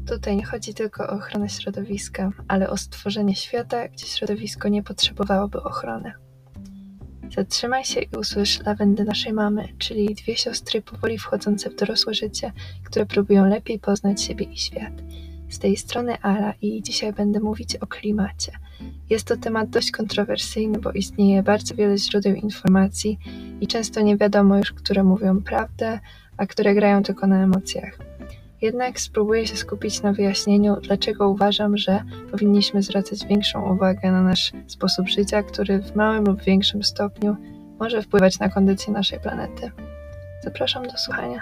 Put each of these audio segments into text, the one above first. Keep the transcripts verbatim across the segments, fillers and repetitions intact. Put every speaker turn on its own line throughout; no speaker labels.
Tutaj nie chodzi tylko o ochronę środowiska, ale o stworzenie świata, gdzie środowisko nie potrzebowałoby ochrony. Zatrzymaj się i usłysz lawendy naszej mamy, czyli dwie siostry powoli wchodzące w dorosłe życie, które próbują lepiej poznać siebie i świat. Z tej strony Ala i dzisiaj będę mówić o klimacie. Jest to temat dość kontrowersyjny, bo istnieje bardzo wiele źródeł informacji i często nie wiadomo już, które mówią prawdę, a które grają tylko na emocjach. Jednak spróbuję się skupić na wyjaśnieniu, dlaczego uważam, że powinniśmy zwracać większą uwagę na nasz sposób życia, który w małym lub większym stopniu może wpływać na kondycję naszej planety. Zapraszam do słuchania.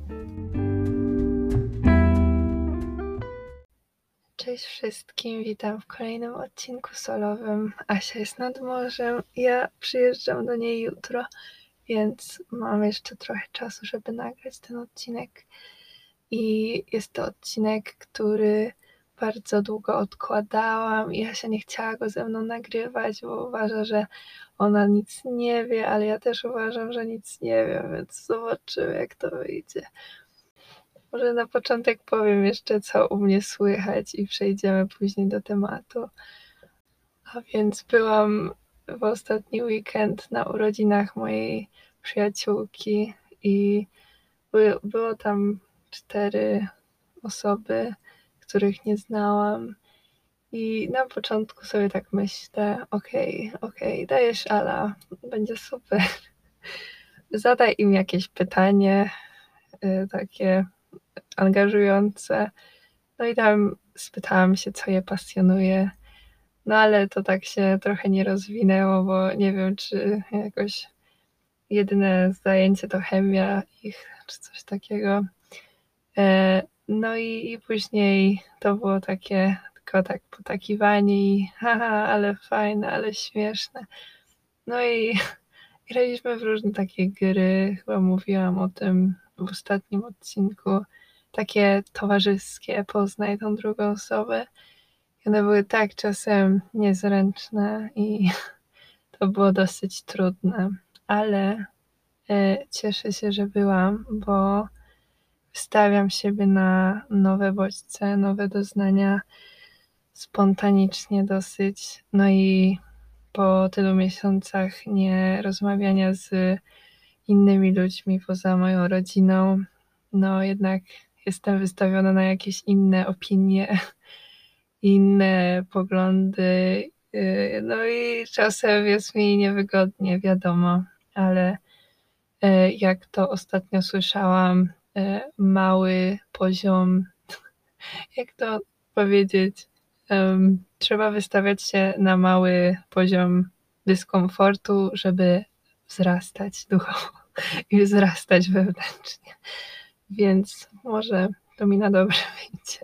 Cześć wszystkim, witam w kolejnym odcinku solowym. Asia jest nad morzem, ja przyjeżdżam do niej jutro, więc mam jeszcze trochę czasu, żeby nagrać ten odcinek. I jest to odcinek, który bardzo długo odkładałam i Asia nie chciała go ze mną nagrywać, bo uważa, że ona nic nie wie, ale ja też uważam, że nic nie wiem, więc zobaczymy, jak to wyjdzie. Może na początek powiem jeszcze, co u mnie słychać i przejdziemy później do tematu. A więc byłam w ostatni weekend na urodzinach mojej przyjaciółki i by, było tam cztery osoby, których nie znałam. I na początku sobie tak myślę, okej, okay, okej, okay, dajesz Ala, będzie super. Zadaj im jakieś pytanie, y, takie angażujące. No i tam spytałam się, co je pasjonuje. No ale to tak się trochę nie rozwinęło, bo nie wiem, czy jakoś jedyne zajęcie to chemia ich, czy coś takiego. No i, i później to było takie, tylko tak potakiwanie i haha, ale fajne, ale śmieszne. No i graliśmy w różne takie gry, chyba mówiłam o tym w ostatnim odcinku, takie towarzyskie, poznaj tą drugą osobę. I one były tak czasem niezręczne i to było dosyć trudne, ale e, cieszę się, że byłam, bo wystawiam siebie na nowe bodźce, nowe doznania, spontanicznie dosyć. No i po tylu miesiącach nie rozmawiania z innymi ludźmi poza moją rodziną, no jednak jestem wystawiona na jakieś inne opinie, inne poglądy. No i czasem jest mi niewygodnie, wiadomo, ale jak to ostatnio słyszałam, mały poziom, jak to powiedzieć, um, trzeba wystawiać się na mały poziom dyskomfortu, żeby wzrastać duchowo i wzrastać wewnętrznie. Więc może to mi na dobre wyjdzie.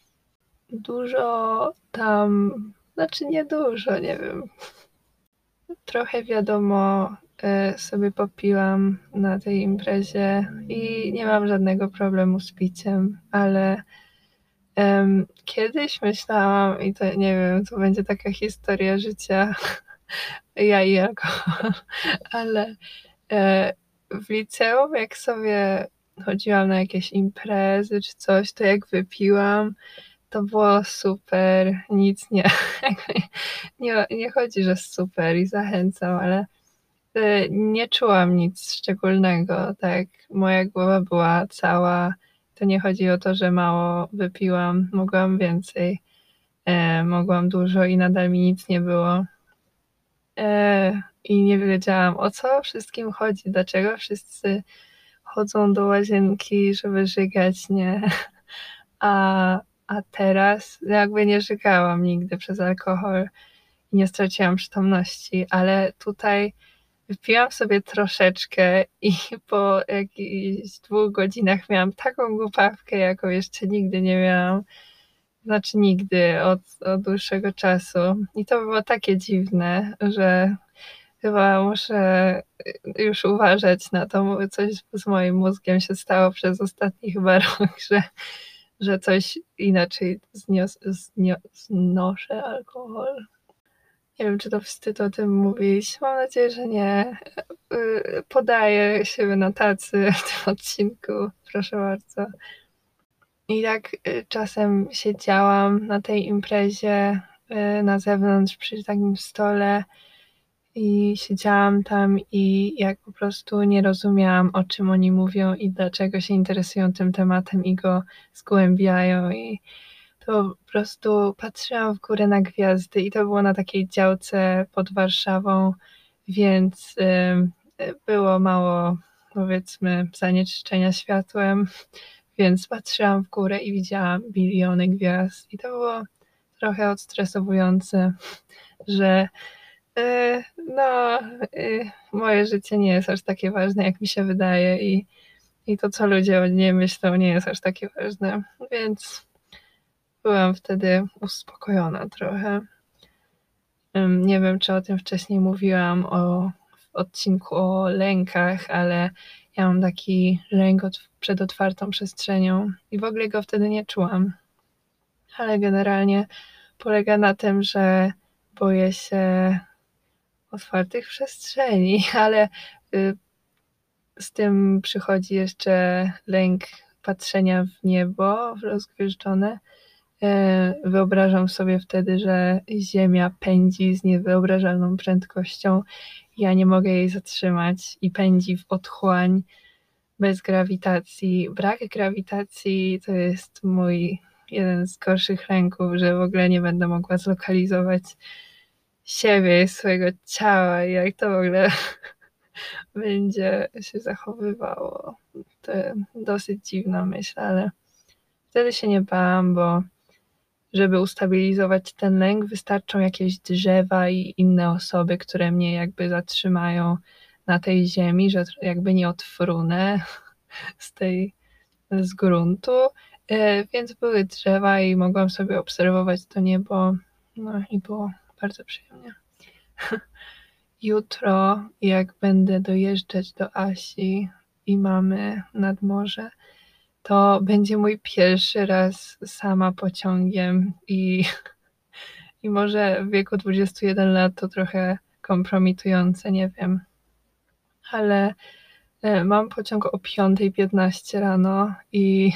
Dużo tam, znaczy nie dużo, nie wiem. Trochę wiadomo sobie popiłam na tej imprezie i nie mam żadnego problemu z piciem, ale um, kiedyś myślałam, i to nie wiem, to będzie taka historia życia ja i alkohol, ale e, w liceum, jak sobie chodziłam na jakieś imprezy czy coś, to jak wypiłam, to było super, nic nie, nie, nie chodzi, że super i zachęcam, ale nie czułam nic szczególnego, tak, moja głowa była cała, to nie chodzi o to, że mało wypiłam, mogłam więcej, e, mogłam dużo i nadal mi nic nie było e, i nie wiedziałam, o co wszystkim chodzi, dlaczego wszyscy chodzą do łazienki, żeby żygać, nie, a, a teraz jakby nie żygałam nigdy przez alkohol i nie straciłam przytomności, ale tutaj wypiłam sobie troszeczkę i po jakichś dwóch godzinach miałam taką głupawkę, jaką jeszcze nigdy nie miałam. Znaczy nigdy, od, od dłuższego czasu. I to było takie dziwne, że chyba muszę już uważać na to, coś z moim mózgiem się stało przez ostatni chyba rok, że, że coś inaczej znios, znio, znoszę alkohol. Nie wiem, czy to wstyd o tym mówić. Mam nadzieję, że nie. Podaję siebie na tacy w tym odcinku. Proszę bardzo. I tak y, czasem siedziałam na tej imprezie y, na zewnątrz przy takim stole i siedziałam tam i jak po prostu nie rozumiałam, o czym oni mówią i dlaczego się interesują tym tematem i go zgłębiają i to po prostu patrzyłam w górę na gwiazdy i to było na takiej działce pod Warszawą, więc y, było mało, powiedzmy, zanieczyszczenia światłem, więc patrzyłam w górę i widziałam biliony gwiazd i to było trochę odstresowujące, że y, no, y, moje życie nie jest aż takie ważne, jak mi się wydaje i, i to, co ludzie o nie myślą, nie jest aż takie ważne, więc byłam wtedy uspokojona trochę. Nie wiem, czy o tym wcześniej mówiłam o, w odcinku o lękach, ale ja mam taki lęk od, przed otwartą przestrzenią i w ogóle go wtedy nie czułam. Ale generalnie polega na tym, że boję się otwartych przestrzeni, ale y, z tym przychodzi jeszcze lęk patrzenia w niebo rozgwieżdżone. Wyobrażam sobie wtedy, że Ziemia pędzi z niewyobrażalną prędkością. Ja nie mogę jej zatrzymać i pędzi w otchłań bez grawitacji. Brak grawitacji to jest mój jeden z gorszych lęków, że w ogóle nie będę mogła zlokalizować siebie i swojego ciała i jak to w ogóle będzie się zachowywało. To dosyć dziwna myśl, ale wtedy się nie bałam, bo żeby ustabilizować ten lęk, wystarczą jakieś drzewa i inne osoby, które mnie jakby zatrzymają na tej ziemi, że jakby nie odfrunę z tej, z gruntu. Więc były drzewa i mogłam sobie obserwować to niebo. No i było bardzo przyjemnie. Jutro, jak będę dojeżdżać do Asi i mamy nad morze, to będzie mój pierwszy raz sama pociągiem i, i może w wieku dwudziestu jeden lat to trochę kompromitujące, nie wiem. Ale mam pociąg o piąta piętnaście rano i,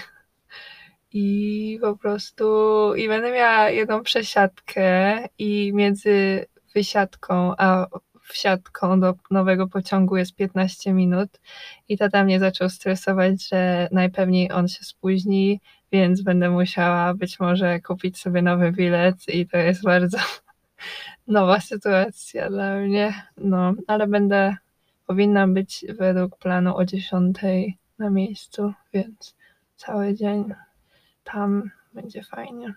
i po prostu i będę miała jedną przesiadkę i między wysiadką a wsiadką do nowego pociągu jest piętnaście minut i tata mnie zaczął stresować, że najpewniej on się spóźni, więc będę musiała być może kupić sobie nowy bilet i to jest bardzo nowa sytuacja dla mnie. No, ale będę, powinnam być według planu o dziesiątej na miejscu, więc cały dzień tam będzie fajnie.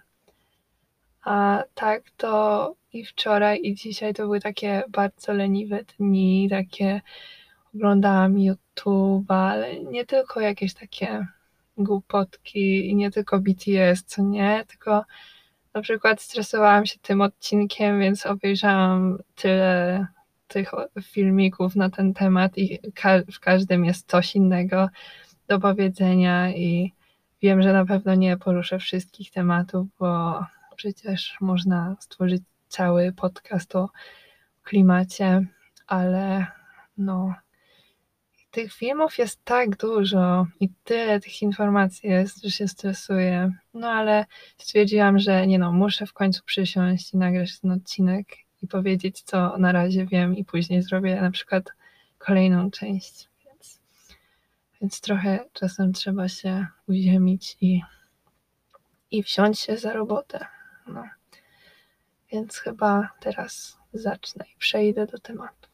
A tak to i wczoraj i dzisiaj to były takie bardzo leniwe dni, takie oglądałam YouTube'a, ale nie tylko jakieś takie głupotki i nie tylko B T S, co nie, tylko na przykład stresowałam się tym odcinkiem, więc obejrzałam tyle tych filmików na ten temat i w każdym jest coś innego do powiedzenia i wiem, że na pewno nie poruszę wszystkich tematów, bo przecież można stworzyć cały podcast o klimacie, ale no tych filmów jest tak dużo i tyle tych informacji jest, że się stresuję. No ale stwierdziłam, że nie no, muszę w końcu przysiąść i nagrać ten odcinek i powiedzieć, co na razie wiem i później zrobię na przykład kolejną część. Więc, więc trochę czasem trzeba się uziemić i, i wziąć się za robotę. No. Więc chyba teraz zacznę i przejdę do tematu.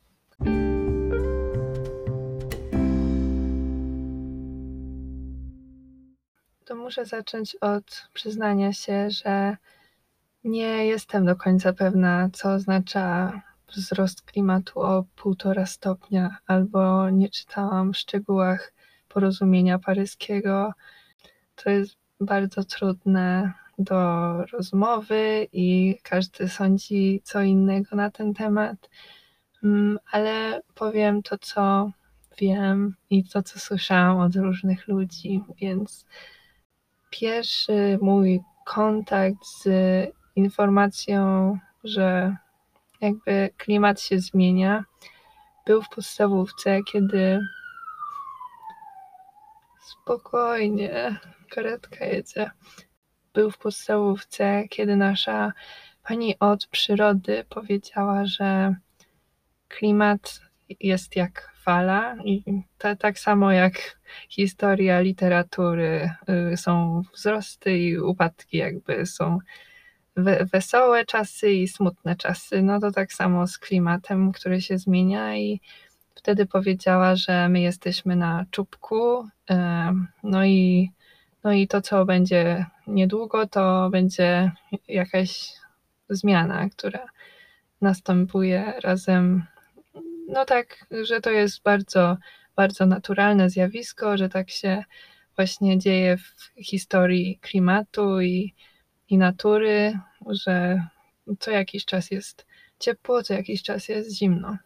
To muszę zacząć od przyznania się, że nie jestem do końca pewna, co oznacza wzrost klimatu o półtora stopnia, albo nie czytałam w szczegółach porozumienia paryskiego. To jest bardzo trudne do rozmowy i każdy sądzi co innego na ten temat, ale powiem to, co wiem i to, co słyszałam od różnych ludzi, więc pierwszy mój kontakt z informacją, że jakby klimat się zmienia, był w podstawówce, kiedy Spokojnie, karetka jedzie. Był w podstawówce, kiedy nasza pani od przyrody powiedziała, że klimat jest jak fala i ta, tak samo jak historia literatury, y, są wzrosty i upadki, jakby są we, wesołe czasy i smutne czasy. No to tak samo z klimatem, który się zmienia i wtedy powiedziała, że my jesteśmy na czubku, y, no i, no i to, co będzie niedługo, to będzie jakaś zmiana, która następuje razem. No tak, że to jest bardzo, bardzo naturalne zjawisko, że tak się właśnie dzieje w historii klimatu i, i natury, że co jakiś czas jest ciepło, co jakiś czas jest zimno.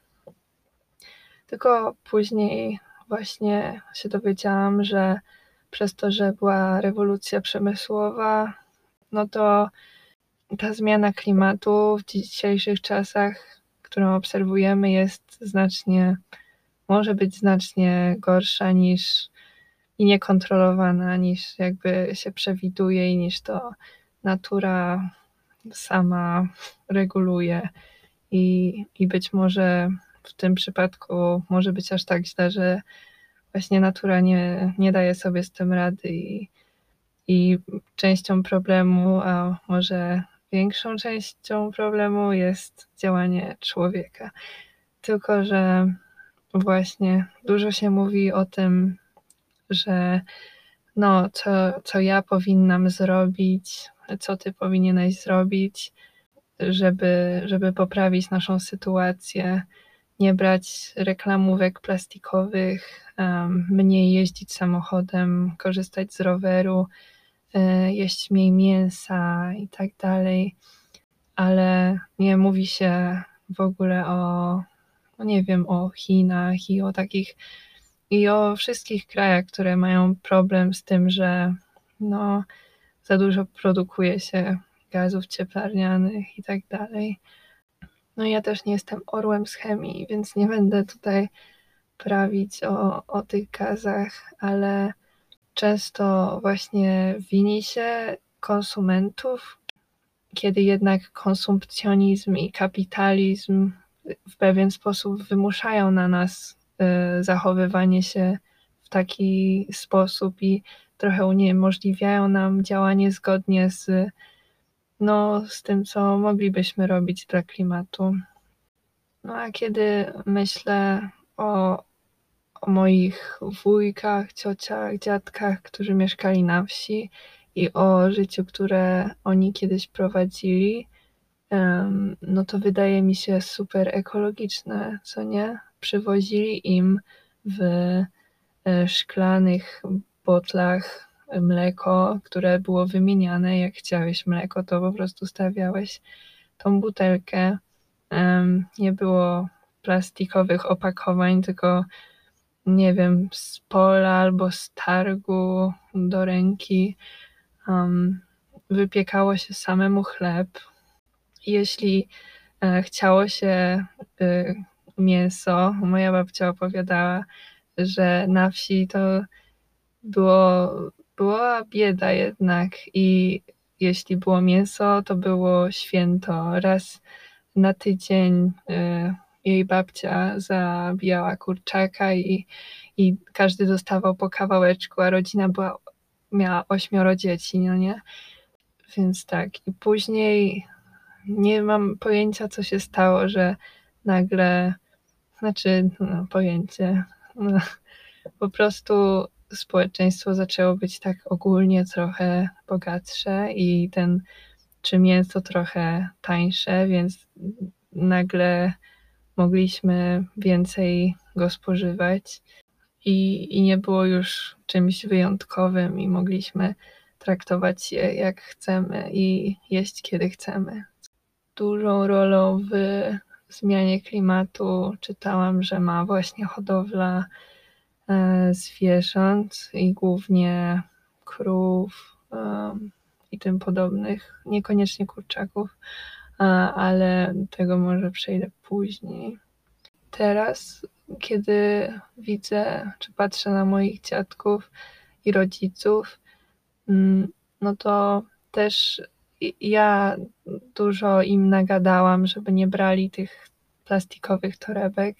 Tylko później właśnie się dowiedziałam, że przez to, że była rewolucja przemysłowa, no to ta zmiana klimatu w dzisiejszych czasach, którą obserwujemy, jest znacznie, może być znacznie gorsza niż i niekontrolowana, niż jakby się przewiduje i niż to natura sama reguluje. I, i być może w tym przypadku może być aż tak źle, że właśnie natura nie, nie daje sobie z tym rady i, i częścią problemu, a może większą częścią problemu jest działanie człowieka. Tylko że właśnie dużo się mówi o tym, że no, co, co ja powinnam zrobić, co ty powinieneś zrobić, żeby, żeby poprawić naszą sytuację, nie brać reklamówek plastikowych, um, mniej jeździć samochodem, korzystać z roweru, y, jeść mniej mięsa i tak dalej, ale nie mówi się w ogóle o, no nie wiem, o Chinach i o takich, i o wszystkich krajach, które mają problem z tym, że no, za dużo produkuje się gazów cieplarnianych i tak dalej. No ja też nie jestem orłem z chemii, więc nie będę tutaj prawić o, o tych gazach, ale często właśnie wini się konsumentów, kiedy jednak konsumpcjonizm i kapitalizm w pewien sposób wymuszają na nas y, zachowywanie się w taki sposób i trochę uniemożliwiają nam działanie zgodnie z, no, z tym, co moglibyśmy robić dla klimatu. No a kiedy myślę o, o moich wujkach, ciociach, dziadkach, którzy mieszkali na wsi i o życiu, które oni kiedyś prowadzili, no to wydaje mi się super ekologiczne, co nie? Przywozili im w szklanych botlach mleko, które było wymieniane. Jak chciałeś mleko, to po prostu stawiałeś tą butelkę. Nie było plastikowych opakowań, tylko nie wiem, z pola albo z targu do ręki. Um, wypiekało się samemu chleb. Jeśli e, chciało się y, mięso, moja babcia opowiadała, że na wsi to było, była bieda jednak i jeśli było mięso, to było święto. Raz na tydzień y, jej babcia zabijała kurczaka i, i każdy dostawał po kawałeczku, a rodzina była, miała ośmioro dzieci, no nie? Więc tak. I później nie mam pojęcia, co się stało, że nagle, znaczy, no, pojęcie, no, po prostu społeczeństwo zaczęło być tak ogólnie trochę bogatsze i ten, czy mięso trochę tańsze, więc nagle mogliśmy więcej go spożywać i, i nie było już czymś wyjątkowym i mogliśmy traktować je jak chcemy i jeść kiedy chcemy. Dużą rolą w zmianie klimatu czytałam, że ma właśnie hodowla zwierząt i głównie krów um, i tym podobnych, niekoniecznie kurczaków, ale do tego może przejdę później. Teraz, kiedy widzę, czy patrzę na moich dziadków i rodziców, mm, no to też i ja dużo im nagadałam, żeby nie brali tych plastikowych torebek,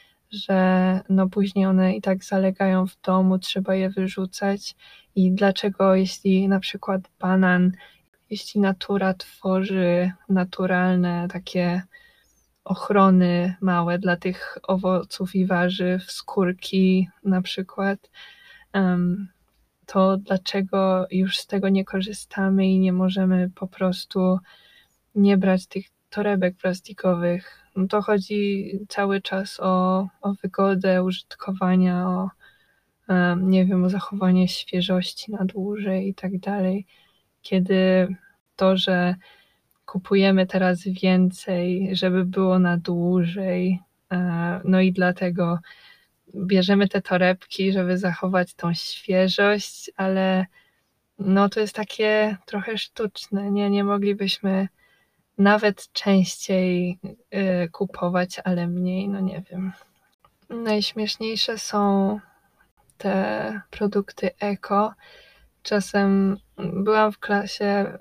że no później one i tak zalegają w domu, trzeba je wyrzucać i dlaczego jeśli na przykład banan, jeśli natura tworzy naturalne takie ochrony małe dla tych owoców i warzyw, skórki na przykład, em, to dlaczego już z tego nie korzystamy i nie możemy po prostu nie brać tych torebek plastikowych. No to chodzi cały czas o, o wygodę użytkowania, o em, nie wiem, o zachowanie świeżości na dłużej i tak dalej. Kiedy to, że kupujemy teraz więcej, żeby było na dłużej, e, no i dlatego bierzemy te torebki, żeby zachować tą świeżość, ale no to jest takie trochę sztuczne, nie? Nie moglibyśmy nawet częściej y, kupować, ale mniej, no nie wiem. Najśmieszniejsze są te produkty eko. Czasem byłam w klasie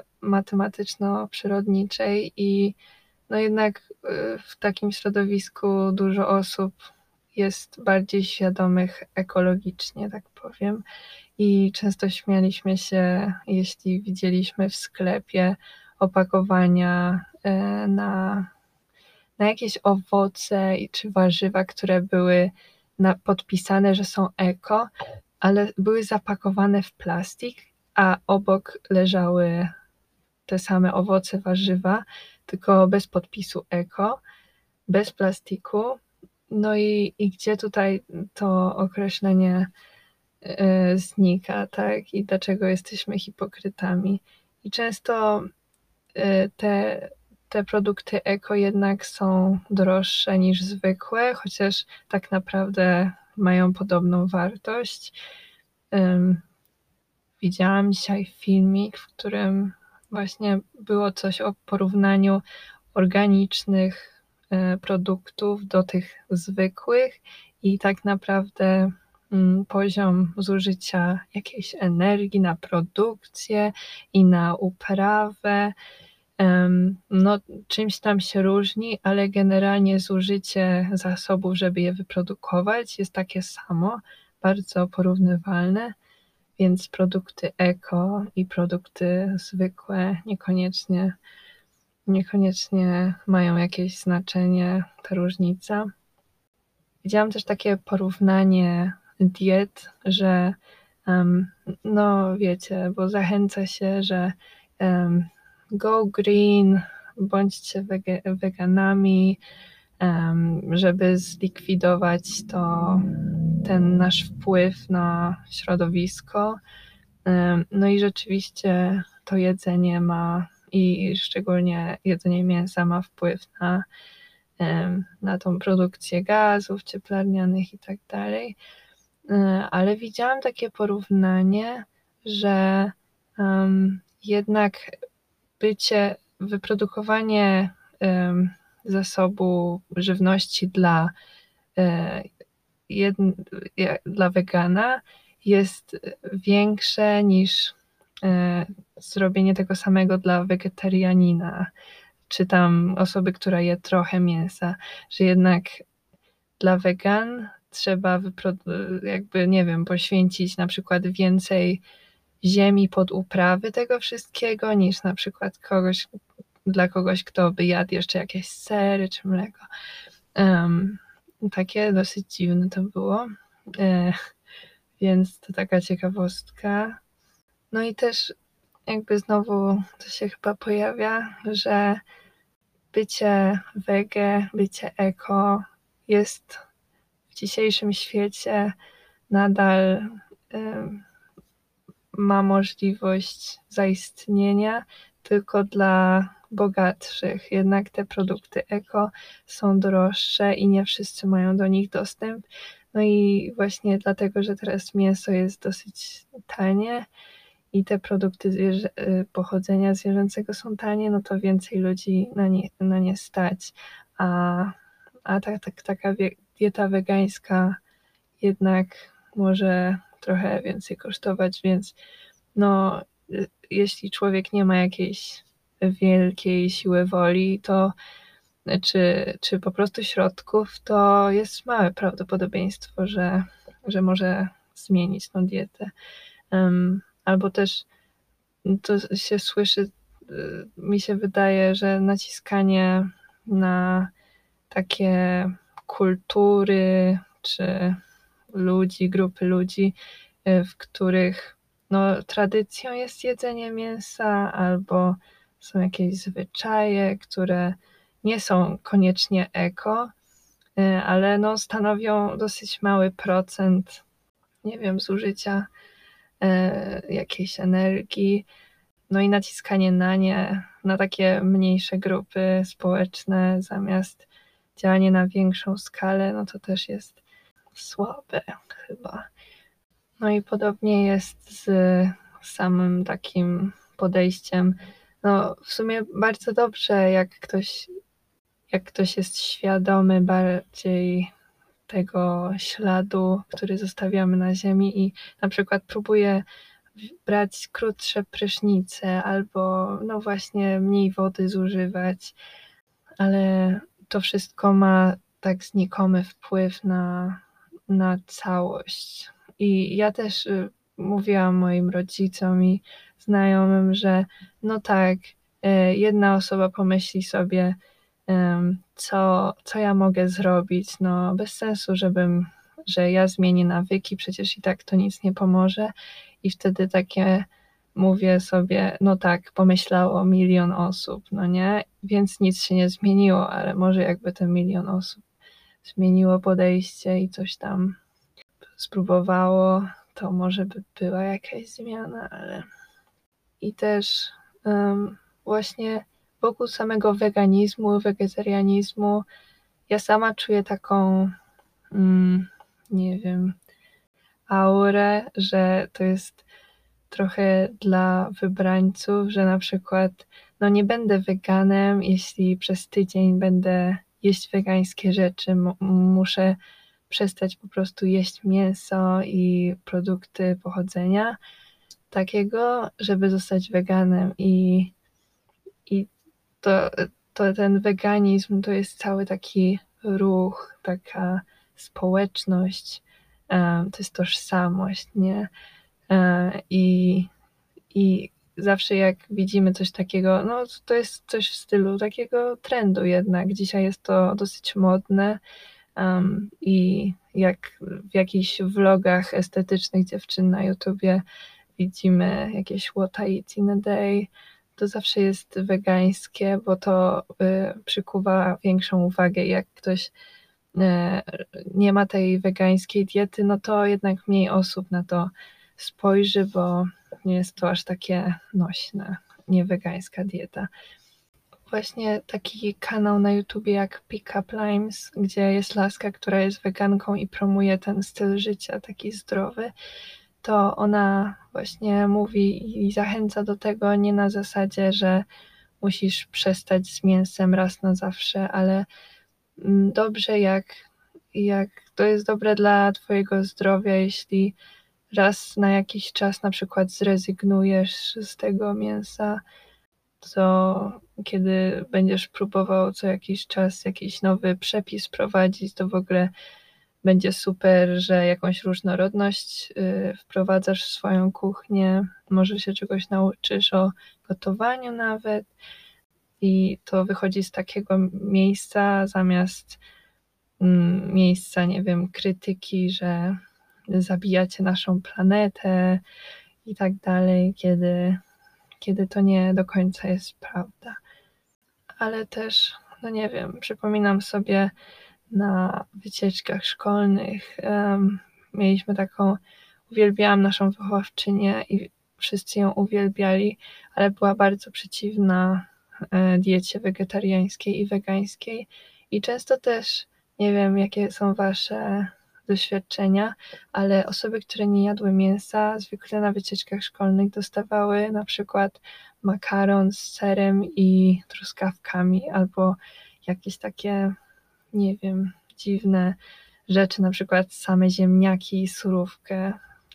matematyczno-przyrodniczej i no jednak y, w takim środowisku dużo osób jest bardziej świadomych ekologicznie, tak powiem. I często śmialiśmy się, jeśli widzieliśmy w sklepie opakowania e, na, na jakieś owoce czy warzywa, które były na, podpisane, że są eko, ale były zapakowane w plastik, a obok leżały te same owoce, warzywa, tylko bez podpisu eko, bez plastiku. No i, i gdzie tutaj to określenie y, znika, tak? I dlaczego jesteśmy hipokrytami? I często y, te, te produkty eko jednak są droższe niż zwykłe, chociaż tak naprawdę mają podobną wartość. Ym, widziałam dzisiaj filmik, w którym właśnie było coś o porównaniu organicznych y, produktów do tych zwykłych i tak naprawdę mm, poziom zużycia jakiejś energii na produkcję i na uprawę, em, no czymś tam się różni, ale generalnie zużycie zasobów, żeby je wyprodukować, jest takie samo, bardzo porównywalne, więc produkty eko i produkty zwykłe niekoniecznie, niekoniecznie mają jakieś znaczenie, ta różnica. Widziałam też takie porównanie diet, że um, no wiecie, bo zachęca się, że um, go green, bądźcie wege, weganami, um, żeby zlikwidować to, ten nasz wpływ na środowisko. Um, no i rzeczywiście to jedzenie ma, i szczególnie jedzenie mięsa ma wpływ na na tą produkcję gazów cieplarnianych i tak dalej. Ale widziałam takie porównanie, że um, jednak bycie, wyprodukowanie um, zasobu żywności dla, e, jedn, dla wegana jest większe niż e, zrobienie tego samego dla wegetarianina, czy tam osoby, która je trochę mięsa, że jednak dla wegan trzeba jakby, nie wiem, poświęcić na przykład więcej ziemi pod uprawy tego wszystkiego, niż na przykład kogoś, dla kogoś, kto by jadł jeszcze jakieś sery czy mleko. Um, takie dosyć dziwne to było. E, więc to taka ciekawostka. No i też jakby znowu to się chyba pojawia, że bycie wege, bycie eko jest w dzisiejszym świecie nadal y, ma możliwość zaistnienia tylko dla bogatszych. Jednak te produkty eko są droższe i nie wszyscy mają do nich dostęp. No i właśnie dlatego, że teraz mięso jest dosyć tanie i te produkty zwierzę, pochodzenia zwierzęcego są tanie, no to więcej ludzi na nie, na nie stać. A, a tak, tak, taka wie, dieta wegańska jednak może trochę więcej kosztować, więc no, y, jeśli człowiek nie ma jakiejś wielkiej siły woli, to czy, czy po prostu środków, to jest małe prawdopodobieństwo, że, że może zmienić tą dietę. Um, albo też to się słyszy, mi się wydaje, że naciskanie na takie kultury czy ludzi, grupy ludzi, w których no, tradycją jest jedzenie mięsa albo są jakieś zwyczaje, które nie są koniecznie eko, ale no, stanowią dosyć mały procent, nie wiem, zużycia jakiejś energii. No i naciskanie na nie, na takie mniejsze grupy społeczne zamiast działanie na większą skalę, no to też jest słabe chyba. No i podobnie jest z samym takim podejściem. No w sumie bardzo dobrze, jak ktoś, jak ktoś jest świadomy bardziej tego śladu, który zostawiamy na ziemi i na przykład próbuje brać krótsze prysznice albo no właśnie mniej wody zużywać, ale to wszystko ma tak znikomy wpływ na, na całość. I ja też y, mówiłam moim rodzicom i znajomym, że no tak, y, jedna osoba pomyśli sobie, y, co, co ja mogę zrobić. No bez sensu, żebym, że ja zmienię nawyki, przecież i tak to nic nie pomoże. I wtedy takie mówię sobie, no tak, pomyślało milion osób, no nie? Więc nic się nie zmieniło, ale może jakby ten milion osób zmieniło podejście i coś tam spróbowało, to może by była jakaś zmiana, ale... I też um, właśnie wokół samego weganizmu, wegetarianizmu ja sama czuję taką, mm, nie wiem, aurę, że to jest trochę dla wybrańców, że na przykład no nie będę weganem, jeśli przez tydzień będę jeść wegańskie rzeczy, M- muszę przestać po prostu jeść mięso i produkty pochodzenia takiego, żeby zostać weganem i, i to, to ten weganizm to jest cały taki ruch, taka społeczność, um, to jest tożsamość, nie? I, I zawsze jak widzimy coś takiego, no to jest coś w stylu takiego trendu jednak. Dzisiaj jest to dosyć modne um, i jak w jakichś vlogach estetycznych dziewczyn na YouTubie widzimy jakieś what I eat in a day, to zawsze jest wegańskie, bo to y, przykuwa większą uwagę. Jak ktoś y, nie ma tej wegańskiej diety, no to jednak mniej osób na to spojrzy, bo nie jest to aż takie nośne, nie wegańska dieta. Właśnie taki kanał na YouTubie jak Pick Up Limes, gdzie jest laska, która jest weganką i promuje ten styl życia taki zdrowy, to ona właśnie mówi i zachęca do tego nie na zasadzie, że musisz przestać z mięsem raz na zawsze, ale dobrze jak, jak to jest dobre dla twojego zdrowia, jeśli raz na jakiś czas na przykład zrezygnujesz z tego mięsa, to kiedy będziesz próbował co jakiś czas jakiś nowy przepis prowadzić, to w ogóle będzie super, że jakąś różnorodność y, wprowadzasz w swoją kuchnię, może się czegoś nauczysz o gotowaniu nawet i to wychodzi z takiego miejsca zamiast mm, miejsca, nie wiem, krytyki, że zabijacie naszą planetę i tak dalej, kiedy, kiedy to nie do końca jest prawda. Ale też, no nie wiem, przypominam sobie na wycieczkach szkolnych, um, mieliśmy taką, uwielbiałam naszą wychowawczynię i wszyscy ją uwielbiali, ale była bardzo przeciwna e, diecie wegetariańskiej i wegańskiej i często też, nie wiem jakie są wasze doświadczenia, ale osoby, które nie jadły mięsa, zwykle na wycieczkach szkolnych dostawały na przykład makaron z serem i truskawkami albo jakieś takie, nie wiem, dziwne rzeczy, na przykład same ziemniaki i surówkę,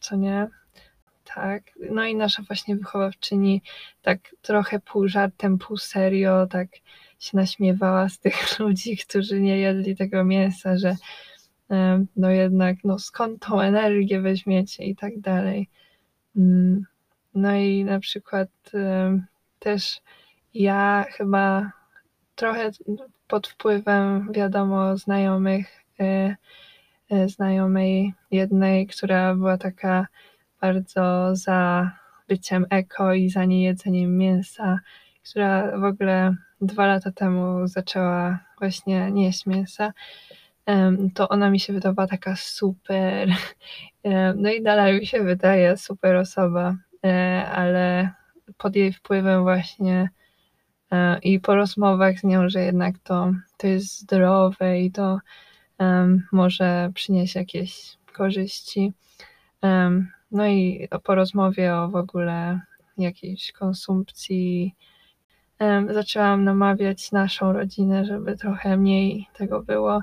co nie? Tak. No i nasza właśnie wychowawczyni tak trochę pół żartem, pół serio tak się naśmiewała z tych ludzi, którzy nie jedli tego mięsa, że em, no jednak, no skąd tą energię weźmiecie i tak dalej. Mm, No i na przykład em, też ja chyba trochę pod wpływem, wiadomo, znajomych, e, e, znajomej jednej, która była taka bardzo za byciem eko i za niejedzeniem mięsa, która w ogóle dwa lata temu zaczęła właśnie nie jeść mięsa, em, to ona mi się wydawała taka super, em, no i dalej mi się wydaje super osoba, e, ale pod jej wpływem właśnie e, i po rozmowach z nią, że jednak to, to jest zdrowe i to em, może przynieść jakieś korzyści. Em, No i po rozmowie o w ogóle jakiejś konsumpcji em, zaczęłam namawiać naszą rodzinę, żeby trochę mniej tego było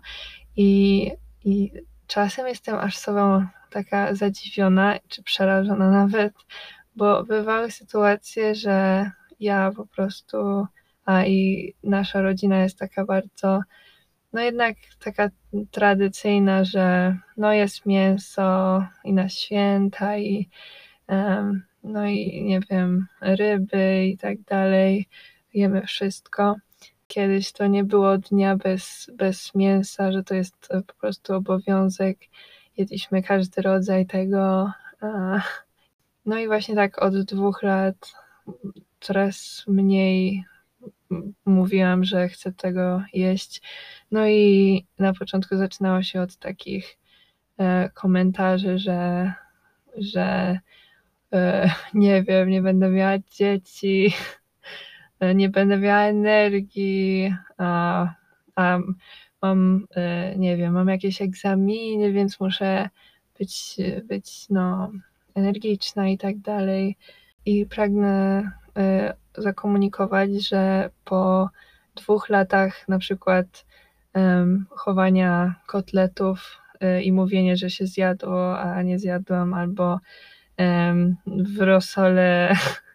i, i czasem jestem aż sobą taka zadziwiona czy przerażona nawet, bo bywały sytuacje, że ja po prostu, a i nasza rodzina jest taka bardzo, no jednak taka tradycyjna, że no jest mięso i na święta i em, no i nie wiem, ryby i tak dalej. Jemy wszystko. Kiedyś to nie było dnia bez, bez mięsa, że to jest e, po prostu obowiązek. Jedliśmy każdy rodzaj tego. e, No i właśnie tak od dwóch lat coraz mniej m- mówiłam, że chcę tego jeść. No i na początku zaczynało się od takich e, komentarzy, że, że e, nie wiem, nie będę miała dzieci, e, nie będę miała energii, a, a mam, e, nie wiem, mam jakieś egzaminy, więc muszę być, być no, energiczna i tak dalej. I pragnę e, zakomunikować, że po dwóch latach na przykład em, chowania kotletów e, i mówienie, że się zjadło, a nie zjadłam, albo em, w rosole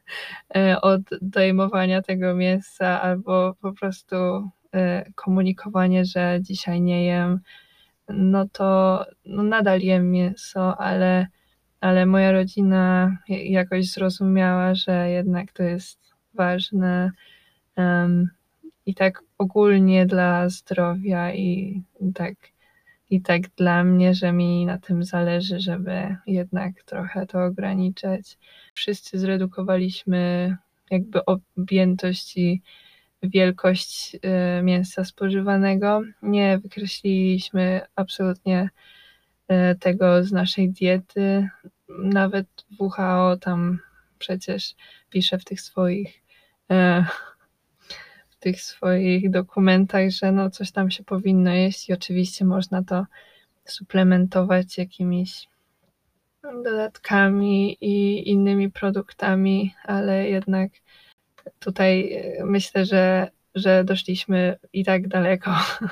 e, od dojmowania tego mięsa, albo po prostu e, komunikowanie, że dzisiaj nie jem, no to no nadal jem mięso, ale, ale moja rodzina jakoś zrozumiała, że jednak to jest ważne em, i tak ogólnie dla zdrowia i tak i tak dla mnie, że mi na tym zależy, żeby jednak trochę to ograniczać. Wszyscy zredukowaliśmy jakby objętość i wielkość y, mięsa spożywanego. Nie wykreśliliśmy absolutnie y, tego z naszej diety. Nawet W H O tam przecież pisze w tych swoich y, w tych swoich dokumentach, że no coś tam się powinno jeść i oczywiście można to suplementować jakimiś dodatkami i innymi produktami, ale jednak tutaj e, myślę, że, że doszliśmy i tak daleko.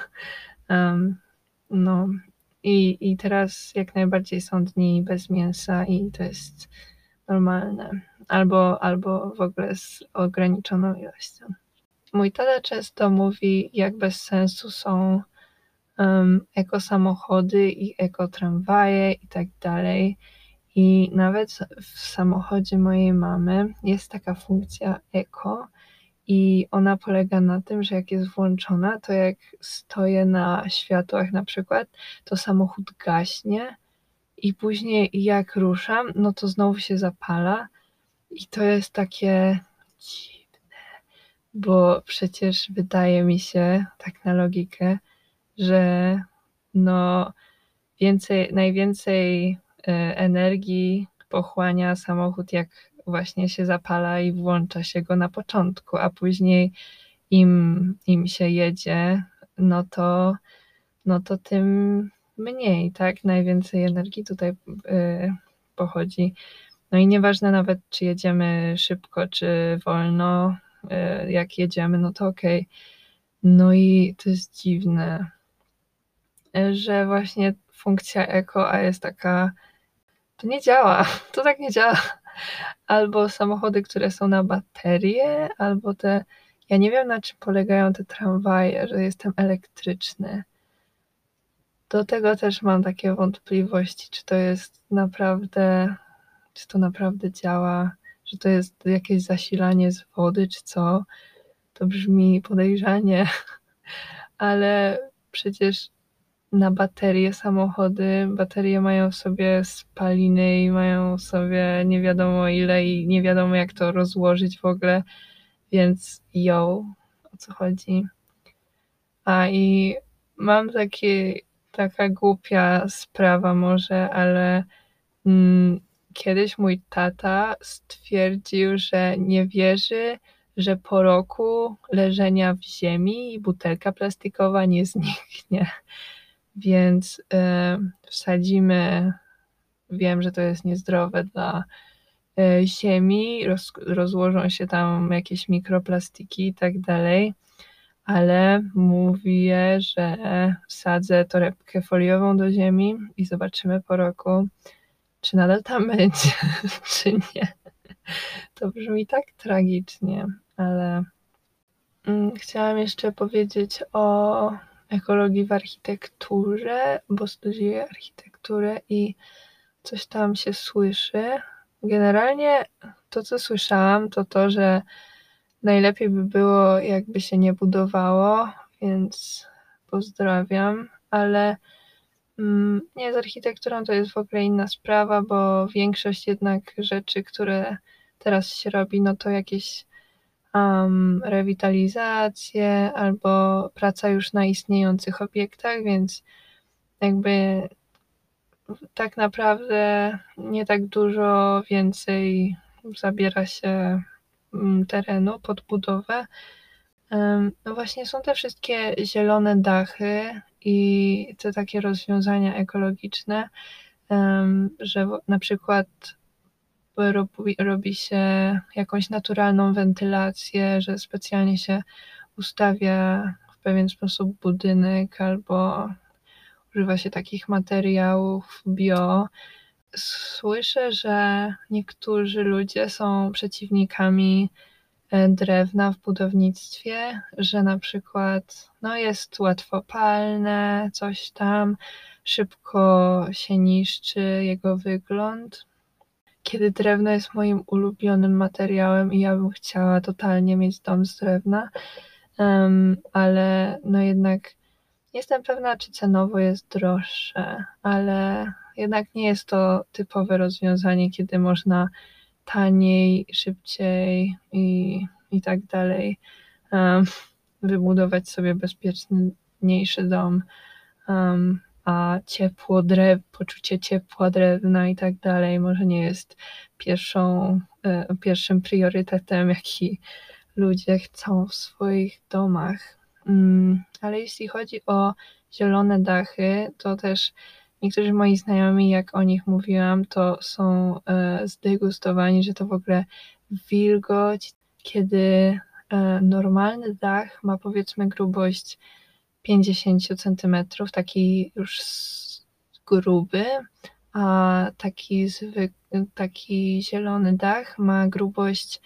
Um, no i, i teraz jak najbardziej są dni bez mięsa i to jest normalne. Albo, albo w ogóle z ograniczoną ilością. Mój tata często mówi, jak bez sensu są um, ekosamochody i ekotramwaje i tak dalej. I nawet w samochodzie mojej mamy jest taka funkcja eko i ona polega na tym, że jak jest włączona, to jak stoję na światłach na przykład, to samochód gaśnie i później jak ruszam, no to znowu się zapala i to jest takie dziwne, bo przecież wydaje mi się, tak na logikę, że no więcej, najwięcej e, energii pochłania samochód, jak właśnie się zapala i włącza się go na początku, a później im, im się jedzie, no to, no to tym mniej, tak? Najwięcej energii tutaj e, pochodzi. No i nieważne nawet, czy jedziemy szybko, czy wolno, e, jak jedziemy, no to okej. Okay. No i to jest dziwne, że właśnie funkcja eko, a jest taka To nie działa, to tak nie działa. Albo samochody, które są na baterie, albo te ja nie wiem, na czym polegają te tramwaje, że jest ten elektryczny. Do tego też mam takie wątpliwości, czy to jest naprawdę czy to naprawdę działa, że to jest jakieś zasilanie z wody, czy co. To brzmi podejrzanie, ale przecież na baterie samochody baterie mają w sobie spaliny i mają w sobie nie wiadomo ile i nie wiadomo, jak to rozłożyć w ogóle, więc jo, o co chodzi. A i mam taki taka głupia sprawa może, ale, mm, kiedyś mój tata stwierdził, że nie wierzy, że po roku leżenia w ziemi butelka plastikowa nie zniknie. Więc, yy, wsadzimy wiem, że to jest niezdrowe dla, yy, ziemi, roz rozłożą się tam jakieś mikroplastiki i tak dalej, ale mówię, że wsadzę torebkę foliową do ziemi i zobaczymy po roku, czy nadal tam będzie, czy nie. To brzmi tak tragicznie, ale mm, chciałam jeszcze powiedzieć o ekologii w architekturze, bo studiuję architekturę i coś tam się słyszy. Generalnie to, co słyszałam, to to, że najlepiej by było, jakby się nie budowało, więc pozdrawiam, ale, mm, nie, z architekturą to jest w ogóle inna sprawa, bo większość jednak rzeczy, które teraz się robi, no to jakieś, um, rewitalizacje albo praca już na istniejących obiektach, więc jakby tak naprawdę nie tak dużo więcej zabiera się, mm, terenu pod budowę. Ym, no właśnie są te wszystkie zielone dachy i te takie rozwiązania ekologiczne, ym, że w na przykład robi robi się jakąś naturalną wentylację, że specjalnie się ustawia w pewien sposób budynek albo używa się takich materiałów bio. Słyszę, że niektórzy ludzie są przeciwnikami, e, drewna w budownictwie, że na przykład, no, jest łatwopalne, coś tam, szybko się niszczy jego wygląd. Kiedy drewno jest moim ulubionym materiałem i ja bym chciała totalnie mieć dom z drewna, ym, ale no jednak nie jestem pewna, czy cenowo jest droższe, ale jednak nie jest to typowe rozwiązanie, kiedy można taniej, szybciej i i tak dalej, um, wybudować sobie bezpieczniejszy dom, um, a ciepło drew poczucie ciepła drewna i tak dalej może nie jest pierwszą, e, pierwszym priorytetem, jaki ludzie chcą w swoich domach. Mm, ale jeśli chodzi o zielone dachy, to też niektórzy moi znajomi, jak o nich mówiłam, to są, e, zdegustowani, że to w ogóle wilgoć, kiedy, e, normalny dach ma powiedzmy grubość pięćdziesiąt centymetrów, taki już s gruby, a taki zwyk taki zielony dach ma grubość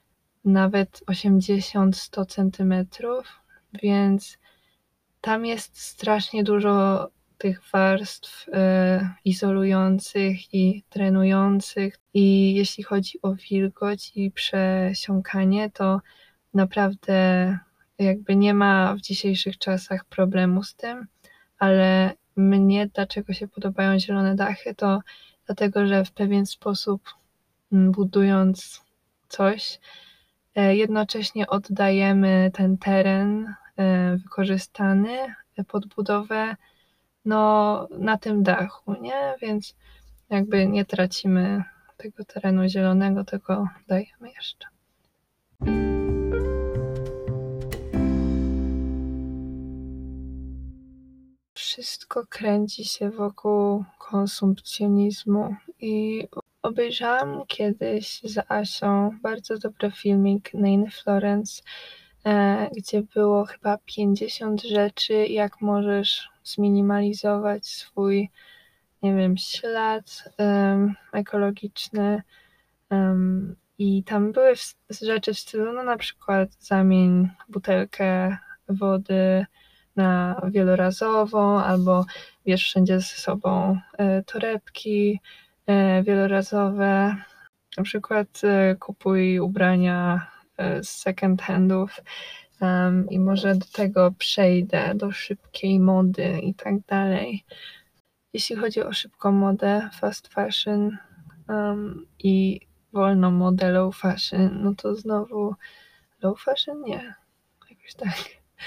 nawet osiemdziesiąt sto centymetrów, więc tam jest strasznie dużo tych warstw, e, izolujących i drenujących i jeśli chodzi o wilgoć i przesiąkanie, to naprawdę jakby nie ma w dzisiejszych czasach problemu z tym, ale mnie dlaczego się podobają zielone dachy, to dlatego, że w pewien sposób, mm, budując coś, e, jednocześnie oddajemy ten teren, e, wykorzystany pod budowę, no, na tym dachu, nie? Więc jakby nie tracimy tego terenu zielonego, tylko dajemy jeszcze. Wszystko kręci się wokół konsumpcjonizmu i obejrzałam kiedyś z Asią bardzo dobry filmik Niny Florence, e, gdzie było chyba pięćdziesiąt rzeczy, jak możesz zminimalizować swój nie wiem, ślad um, ekologiczny um, i tam były w, rzeczy w stylu, no na przykład zamień butelkę wody na wielorazową, albo bierz wszędzie ze sobą e, torebki e, wielorazowe, na przykład e, kupuj ubrania e, z second handów. Um, I może do tego przejdę, do szybkiej mody i tak dalej. Jeśli chodzi o szybką modę, fast fashion um, i wolną modę, low fashion, no to znowu low fashion? Nie, jakoś tak.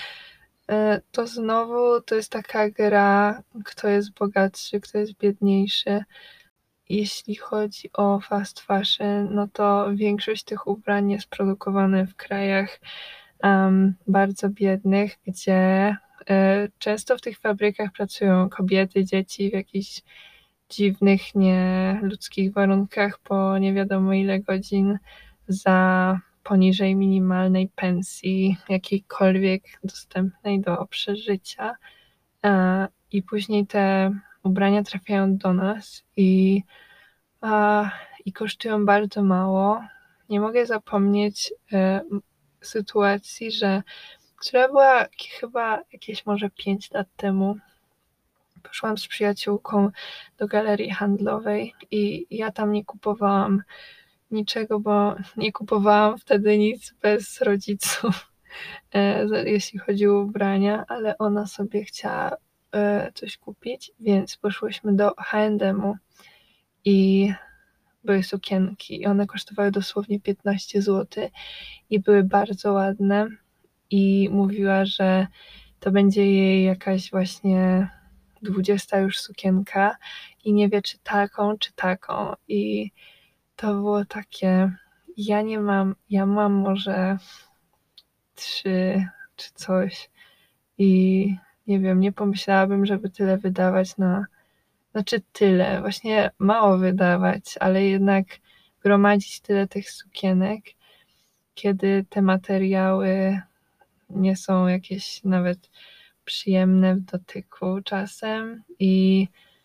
E, to znowu to jest taka gra, kto jest bogatszy, kto jest biedniejszy. Jeśli chodzi o fast fashion, no to większość tych ubrań jest produkowane w krajach um, bardzo biednych, gdzie y, często w tych fabrykach pracują kobiety, dzieci w jakichś dziwnych, nieludzkich warunkach po nie wiadomo ile godzin za poniżej minimalnej pensji, jakiejkolwiek dostępnej do przeżycia. E, I później te ubrania trafiają do nas i, a, i kosztują bardzo mało. Nie mogę zapomnieć e, sytuacji, że która była chyba jakieś może pięć lat temu. Poszłam z przyjaciółką do galerii handlowej i ja tam nie kupowałam niczego, bo nie kupowałam wtedy nic bez rodziców, jeśli chodzi o ubrania, ale ona sobie chciała coś kupić, więc poszłyśmy do H and M-u i były sukienki i one kosztowały dosłownie piętnaście złotych i były bardzo ładne i mówiła, że to będzie jej jakaś właśnie dwudziesta już sukienka i nie wie, czy taką, czy taką. I to było takie, ja nie mam, ja mam może trzy czy coś i nie wiem, nie pomyślałabym, żeby tyle wydawać na, znaczy tyle, właśnie mało wydawać, ale jednak gromadzić tyle tych sukienek, kiedy te materiały nie są jakieś nawet przyjemne w dotyku czasem i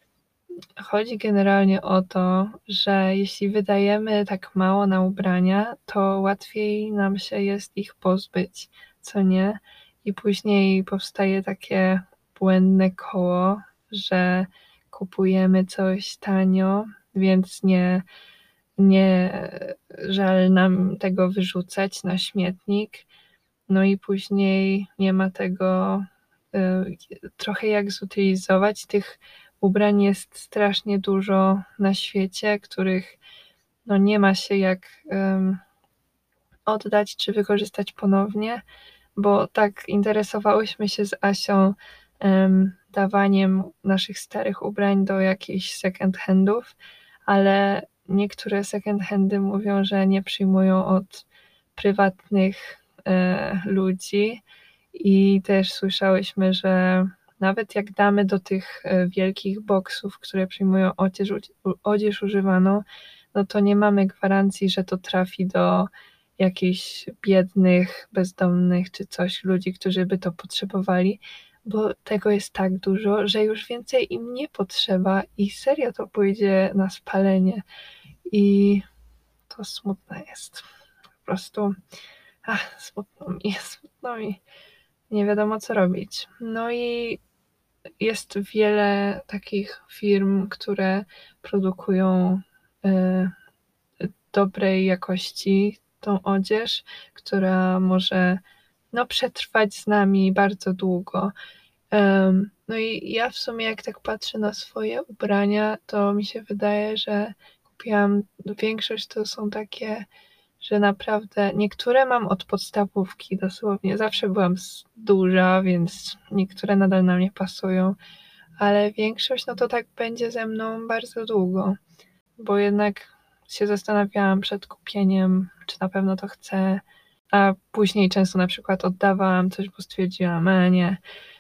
chodzi generalnie o to, że jeśli wydajemy tak mało na ubrania, to łatwiej nam się jest ich pozbyć, co nie? I później powstaje takie błędne koło, że kupujemy coś tanio, więc nie, nie żal nam tego wyrzucać na śmietnik. No i później nie ma tego y, trochę jak zutylizować. Tych ubrań jest strasznie dużo na świecie, których no nie ma się jak um, oddać czy wykorzystać ponownie, bo tak interesowałyśmy się z Asią um, dawaniem naszych starych ubrań do jakichś second handów, ale niektóre second handy mówią, że nie przyjmują od prywatnych e, ludzi i też słyszałyśmy, że nawet jak damy do tych e, wielkich boksów, które przyjmują odzież, odzież używaną, no to nie mamy gwarancji, że to trafi do jakichś biednych, bezdomnych czy coś, ludzi, którzy by to potrzebowali, bo tego jest tak dużo, że już więcej im nie potrzeba i serio to pójdzie na spalenie i to smutne jest. Po prostu ach, smutno mi, smutno mi. Nie wiadomo co robić. No i jest wiele takich firm, które produkują y, dobrej jakości tą odzież, która może no, przetrwać z nami bardzo długo. Um, no i ja w sumie jak tak patrzę na swoje ubrania, to mi się wydaje, że kupiłam, większość to są takie, że naprawdę niektóre mam od podstawówki dosłownie. Zawsze byłam duża, więc niektóre nadal na mnie pasują, ale większość no to tak będzie ze mną bardzo długo, bo jednak się zastanawiałam przed kupieniem, czy na pewno to chcę, a później często na przykład oddawałam coś, bo stwierdziłam, a nie.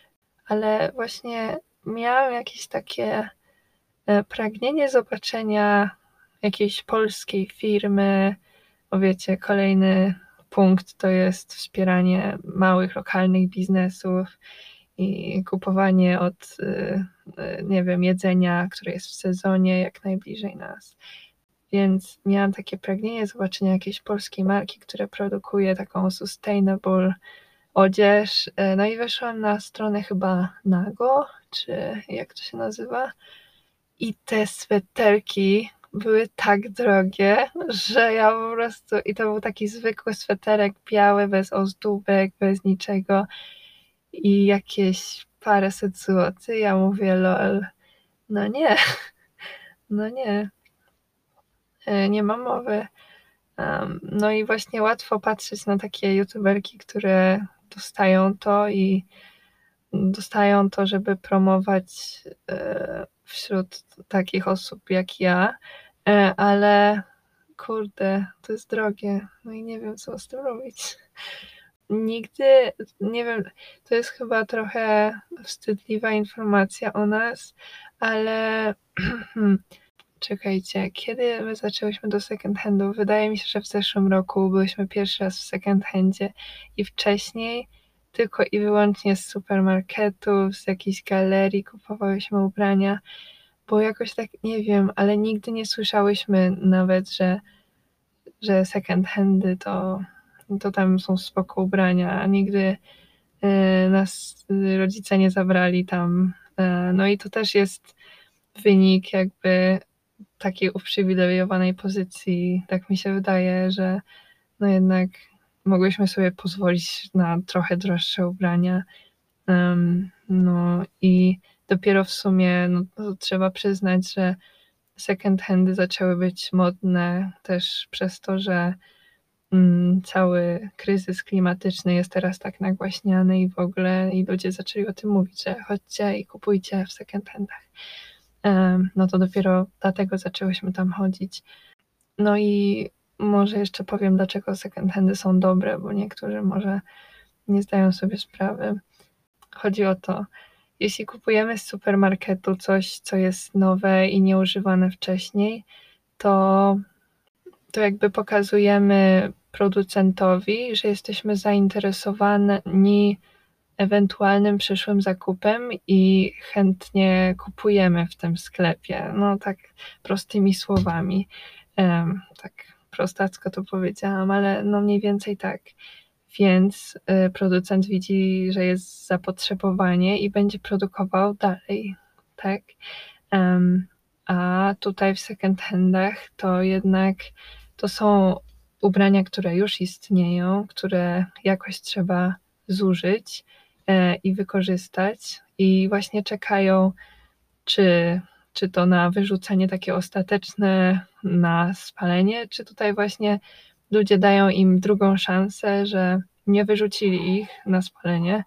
Ale właśnie miałam jakieś takie pragnienie zobaczenia jakiejś polskiej firmy. O wiecie, kolejny punkt to jest wspieranie małych, lokalnych biznesów i kupowanie od nie wiem, jedzenia, które jest w sezonie, jak najbliżej nas. Więc miałam takie pragnienie zobaczenia jakiejś polskiej marki, która produkuje taką sustainable odzież. No i weszłam na stronę chyba Nago, czy jak to się nazywa. I te sweterki były tak drogie, że ja po prostu... I to był taki zwykły sweterek biały, bez ozdóbek, bez niczego. I jakieś paręset złotych. Ja mówię, lol, no nie, no nie, nie ma mowy. Um, no i właśnie łatwo patrzeć na takie youtuberki, które dostają to i dostają to, żeby promować e, wśród takich osób jak ja, e, ale kurde, to jest drogie, no i nie wiem, co z tym robić. Nigdy, nie wiem, to jest chyba trochę wstydliwa informacja o nas, ale czekajcie, kiedy my zaczęłyśmy do second handów? Wydaje mi się, że w zeszłym roku byłyśmy pierwszy raz w second handzie i wcześniej tylko i wyłącznie z supermarketów, z jakichś galerii kupowałyśmy ubrania, bo jakoś tak, nie wiem, ale nigdy nie słyszałyśmy nawet, że, że second handy to, to tam są spoko ubrania, a nigdy y, nas rodzice nie zabrali tam. Y, no i to też jest wynik jakby takiej uprzywilejowanej pozycji, tak mi się wydaje, że no jednak mogłyśmy sobie pozwolić na trochę droższe ubrania. Um, no i dopiero w sumie no, to trzeba przyznać, że second handy zaczęły być modne też przez to, że um, cały kryzys klimatyczny jest teraz tak nagłaśniany i w ogóle i ludzie zaczęli o tym mówić, że chodźcie i kupujcie w second handach. No to dopiero dlatego zaczęłyśmy tam chodzić. No i może jeszcze powiem, dlaczego second handy są dobre, bo niektórzy może nie zdają sobie sprawy. Chodzi o to, jeśli kupujemy z supermarketu coś, co jest nowe i nieużywane wcześniej, to, to jakby pokazujemy producentowi, że jesteśmy zainteresowani ewentualnym przyszłym zakupem i chętnie kupujemy w tym sklepie. No tak prostymi słowami. Um, tak prostacko to powiedziałam, ale no mniej więcej tak. Więc y, producent widzi, że jest zapotrzebowanie i będzie produkował dalej, tak? Um, a tutaj w second handach to jednak to są ubrania, które już istnieją, które jakoś trzeba zużyć i wykorzystać i właśnie czekają, czy, czy to na wyrzucenie takie ostateczne, na spalenie, czy tutaj właśnie ludzie dają im drugą szansę, że nie wyrzucili ich na spalenie,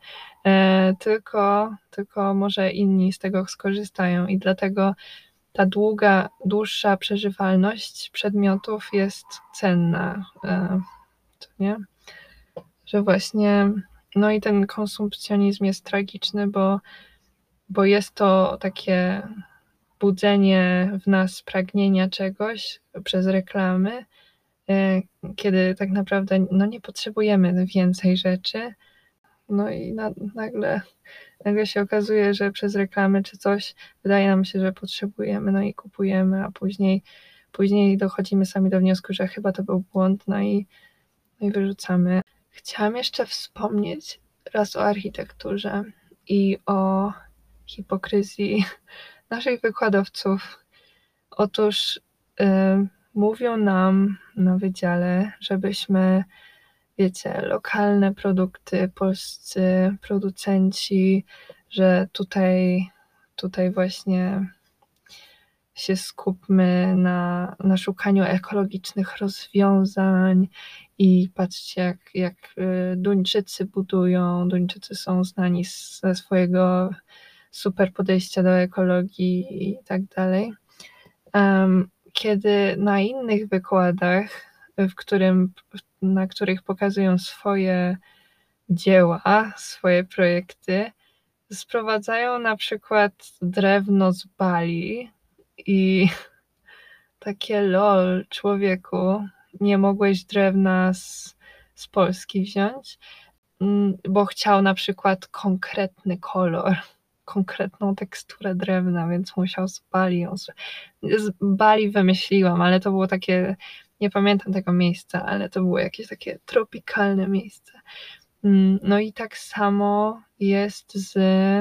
tylko, tylko może inni z tego skorzystają i dlatego ta długa, dłuższa przeżywalność przedmiotów jest cenna, to nie? Że właśnie no i ten konsumpcjonizm jest tragiczny, bo, bo jest to takie budzenie w nas pragnienia czegoś przez reklamy, kiedy tak naprawdę no nie potrzebujemy więcej rzeczy. No i na, nagle, nagle się okazuje, że przez reklamy czy coś wydaje nam się, że potrzebujemy, no i kupujemy, a później, później dochodzimy sami do wniosku, że chyba to był błąd, no i, no i wyrzucamy. Chciałam jeszcze wspomnieć raz o architekturze i o hipokryzji naszych wykładowców. Otóż y, mówią nam na wydziale, żebyśmy, wiecie, lokalne produkty, polscy producenci, że tutaj, tutaj właśnie się skupmy na, na szukaniu ekologicznych rozwiązań i patrzcie, jak, jak Duńczycy budują. Duńczycy są znani ze swojego super podejścia do ekologii i tak dalej. Kiedy na innych wykładach, w którym, na których pokazują swoje dzieła, swoje projekty, sprowadzają na przykład drewno z Bali i takie lol, człowieku, nie mogłeś drewna z, z Polski wziąć, bo chciał na przykład konkretny kolor. konkretną teksturę drewna, więc musiał z Bali ją z z Bali wymyśliłam, ale to było takie, nie pamiętam tego miejsca, ale to było jakieś takie tropikalne miejsce. Mm, no i tak samo jest z,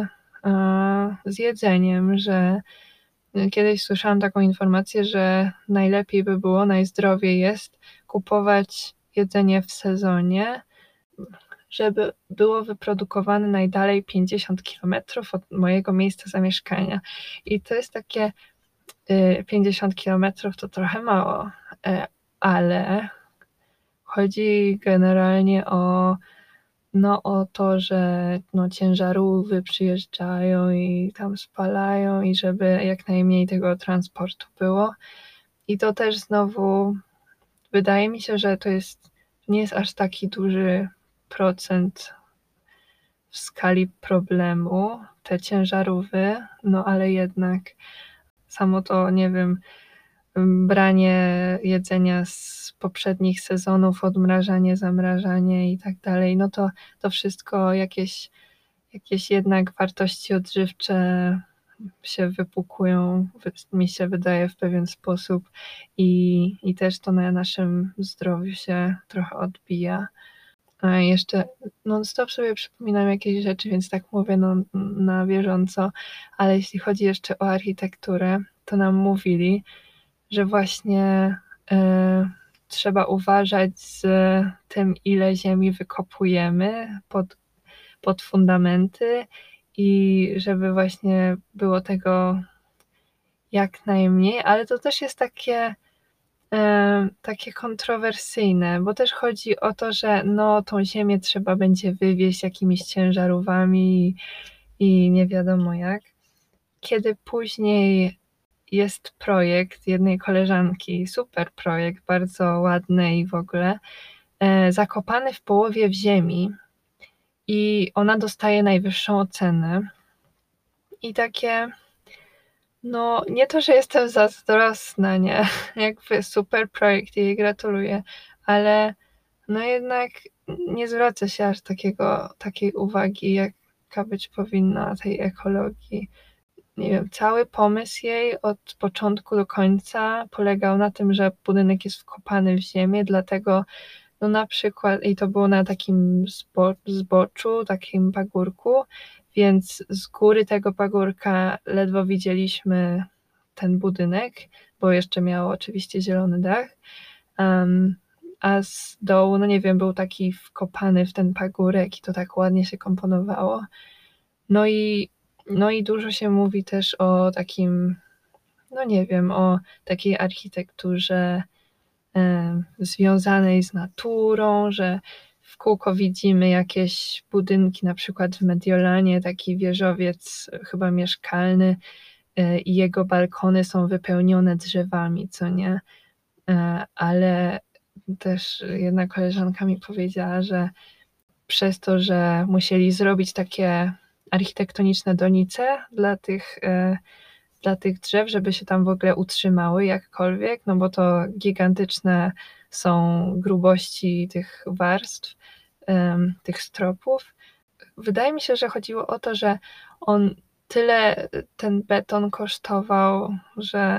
e, z jedzeniem, że kiedyś słyszałam taką informację, że najlepiej by było, najzdrowiej jest kupować jedzenie w sezonie, żeby było wyprodukowane najdalej pięćdziesiąt kilometrów od mojego miejsca zamieszkania. I to jest takie, y, pięćdziesiąt kilometrów to trochę mało, e, ale chodzi generalnie o, no, o to, że no, ciężarówki przyjeżdżają i tam spalają i żeby jak najmniej tego transportu było. I to też znowu wydaje mi się, że to jest, nie jest aż taki duży procent w skali problemu, te ciężarówki, no ale jednak samo to, nie wiem, branie jedzenia z poprzednich sezonów, odmrażanie, zamrażanie i tak dalej, no to to wszystko jakieś, jakieś jednak wartości odżywcze się wypukują, mi się wydaje, w pewien sposób i, i też to na naszym zdrowiu się trochę odbija. A jeszcze non-stop sobie przypominam jakieś rzeczy, więc tak mówię no, na bieżąco, ale jeśli chodzi jeszcze o architekturę, to nam mówili, że właśnie y, trzeba uważać z tym, ile ziemi wykopujemy pod, pod fundamenty i żeby właśnie było tego jak najmniej, ale to też jest takie e, takie kontrowersyjne, bo też chodzi o to, że no tą ziemię trzeba będzie wywieźć jakimiś ciężarówkami i, i nie wiadomo jak. Kiedy później jest projekt jednej koleżanki, super projekt, bardzo ładny i w ogóle, e, zakopany w połowie w ziemi i ona dostaje najwyższą ocenę i takie, no nie to, że jestem zazdrosna, nie, jakby super projekt i jej gratuluję, ale no jednak nie zwraca się aż takiego, takiej uwagi, jaka być powinna tej ekologii. Nie wiem, cały pomysł jej od początku do końca polegał na tym, że budynek jest wkopany w ziemię, dlatego no na przykład, i to było na takim zbo, zboczu, takim pagórku, więc z góry tego pagórka ledwo widzieliśmy ten budynek, bo jeszcze miał oczywiście zielony dach, um, a z dołu, no nie wiem, był taki wkopany w ten pagórek i to tak ładnie się komponowało. No i, no i dużo się mówi też o takim, no nie wiem, o takiej architekturze e, związanej z naturą, że w kółko widzimy jakieś budynki, na przykład w Mediolanie, taki wieżowiec chyba mieszkalny e, i jego balkony są wypełnione drzewami, co nie? E, ale też jedna koleżanka mi powiedziała, że przez to, że musieli zrobić takie architektoniczne donice dla tych, e, dla tych drzew, żeby się tam w ogóle utrzymały jakkolwiek, no bo to gigantyczne są grubości tych warstw, um, tych stropów. Wydaje mi się, że chodziło o to, że on tyle, ten beton kosztował, że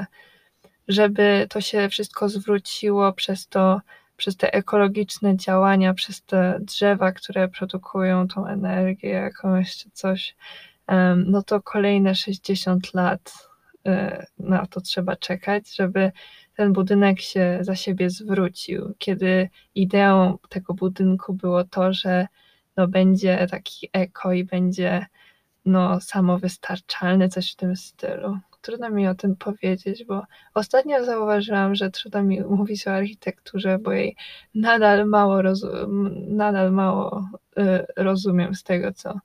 żeby to się wszystko zwróciło przez to, przez te ekologiczne działania, przez te drzewa, które produkują tą energię jakąś czy coś, no to kolejne sześćdziesiąt lat na to trzeba czekać, żeby ten budynek się za siebie zwrócił. Kiedy ideą tego budynku było to, że no będzie taki eko i będzie no samowystarczalny, coś w tym stylu. Trudno mi o tym powiedzieć, bo ostatnio zauważyłam, że trudno mi mówić o architekturze, bo jej nadal mało, rozum- nadal mało y, rozumiem z tego, co,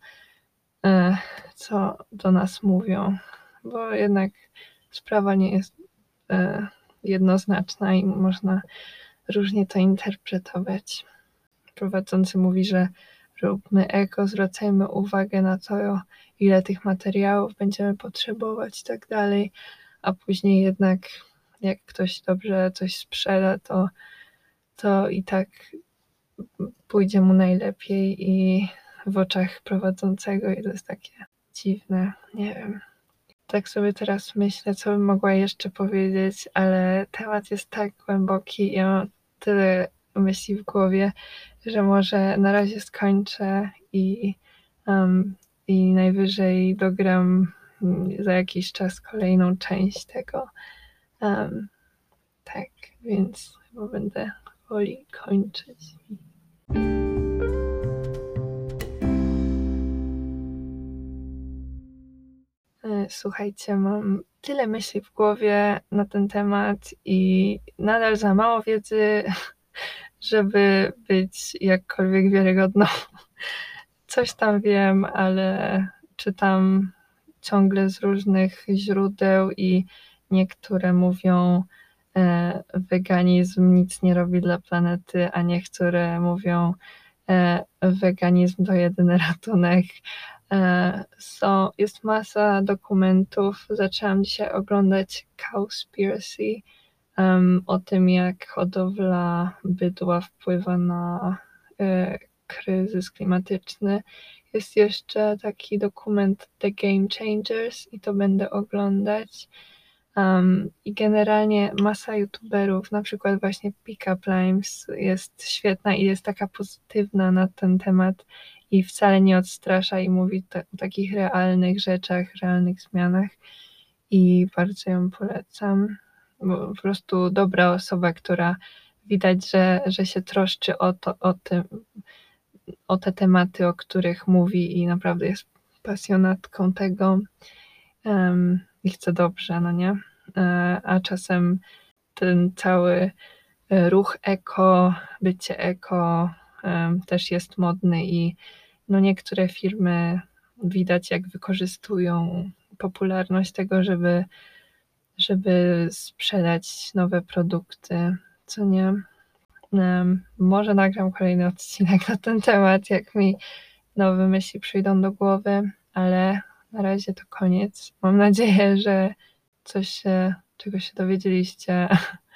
y, co do nas mówią, bo jednak sprawa nie jest y, jednoznaczna i można różnie to interpretować. Prowadzący mówi, że róbmy eko, zwracajmy uwagę na to, ile tych materiałów będziemy potrzebować i tak dalej, a później jednak jak ktoś dobrze coś sprzeda, to, to i tak pójdzie mu najlepiej i w oczach prowadzącego i to jest takie dziwne, nie wiem. Tak sobie teraz myślę, co bym mogła jeszcze powiedzieć, ale temat jest tak głęboki i ja mam tyle myśli w głowie, że może na razie skończę i, um, i najwyżej dogram za jakiś czas kolejną część tego. Um, tak, więc chyba będę woli kończyć. Słuchajcie, mam tyle myśli w głowie na ten temat i nadal za mało wiedzy, żeby być jakkolwiek wiarygodną. Coś tam wiem, ale czytam ciągle z różnych źródeł i niektóre mówią, e, weganizm nic nie robi dla planety, a niektóre mówią, e, weganizm to jedyny ratunek. E, są, jest masa dokumentów. Zaczęłam dzisiaj oglądać Cowspiracy, um, o tym, jak hodowla bydła wpływa na e, kryzys klimatyczny. Jest jeszcze taki dokument The Game Changers i to będę oglądać. Um, I generalnie masa youtuberów, na przykład właśnie Pickup Limes jest świetna i jest taka pozytywna na ten temat i wcale nie odstrasza i mówi te, o takich realnych rzeczach, realnych zmianach i bardzo ją polecam. Bo po prostu dobra osoba, która widać, że, że się troszczy o, to, o, tym, o te tematy, o których mówi i naprawdę jest pasjonatką tego um, i chce dobrze, no nie? A czasem ten cały ruch eko, bycie eko um, też jest modny i no niektóre firmy widać, jak wykorzystują popularność tego, żeby, żeby sprzedać nowe produkty, co nie? Um, może nagram kolejny odcinek na ten temat, jak mi nowe myśli przyjdą do głowy, ale na razie to koniec. Mam nadzieję, że coś się, czego się dowiedzieliście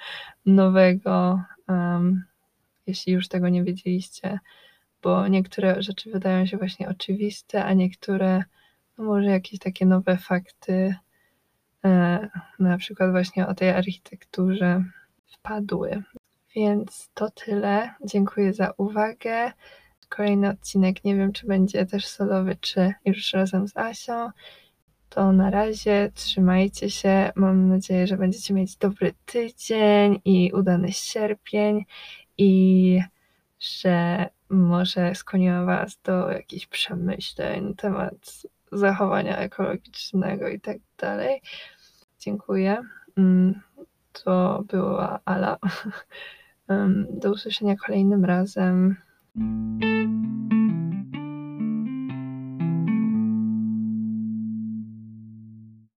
nowego, um, jeśli już tego nie wiedzieliście, bo niektóre rzeczy wydają się właśnie oczywiste, a niektóre no może jakieś takie nowe fakty, e, na przykład właśnie o tej architekturze wpadły. Więc to tyle. Dziękuję za uwagę. Kolejny odcinek, nie wiem, czy będzie też solowy, czy już razem z Asią. To na razie, trzymajcie się. Mam nadzieję, że będziecie mieć dobry tydzień i udany sierpień i że może skłoniłam Was do jakichś przemyśleń na temat zachowania ekologicznego i tak dalej. Dziękuję. To była Ala. Do usłyszenia kolejnym razem.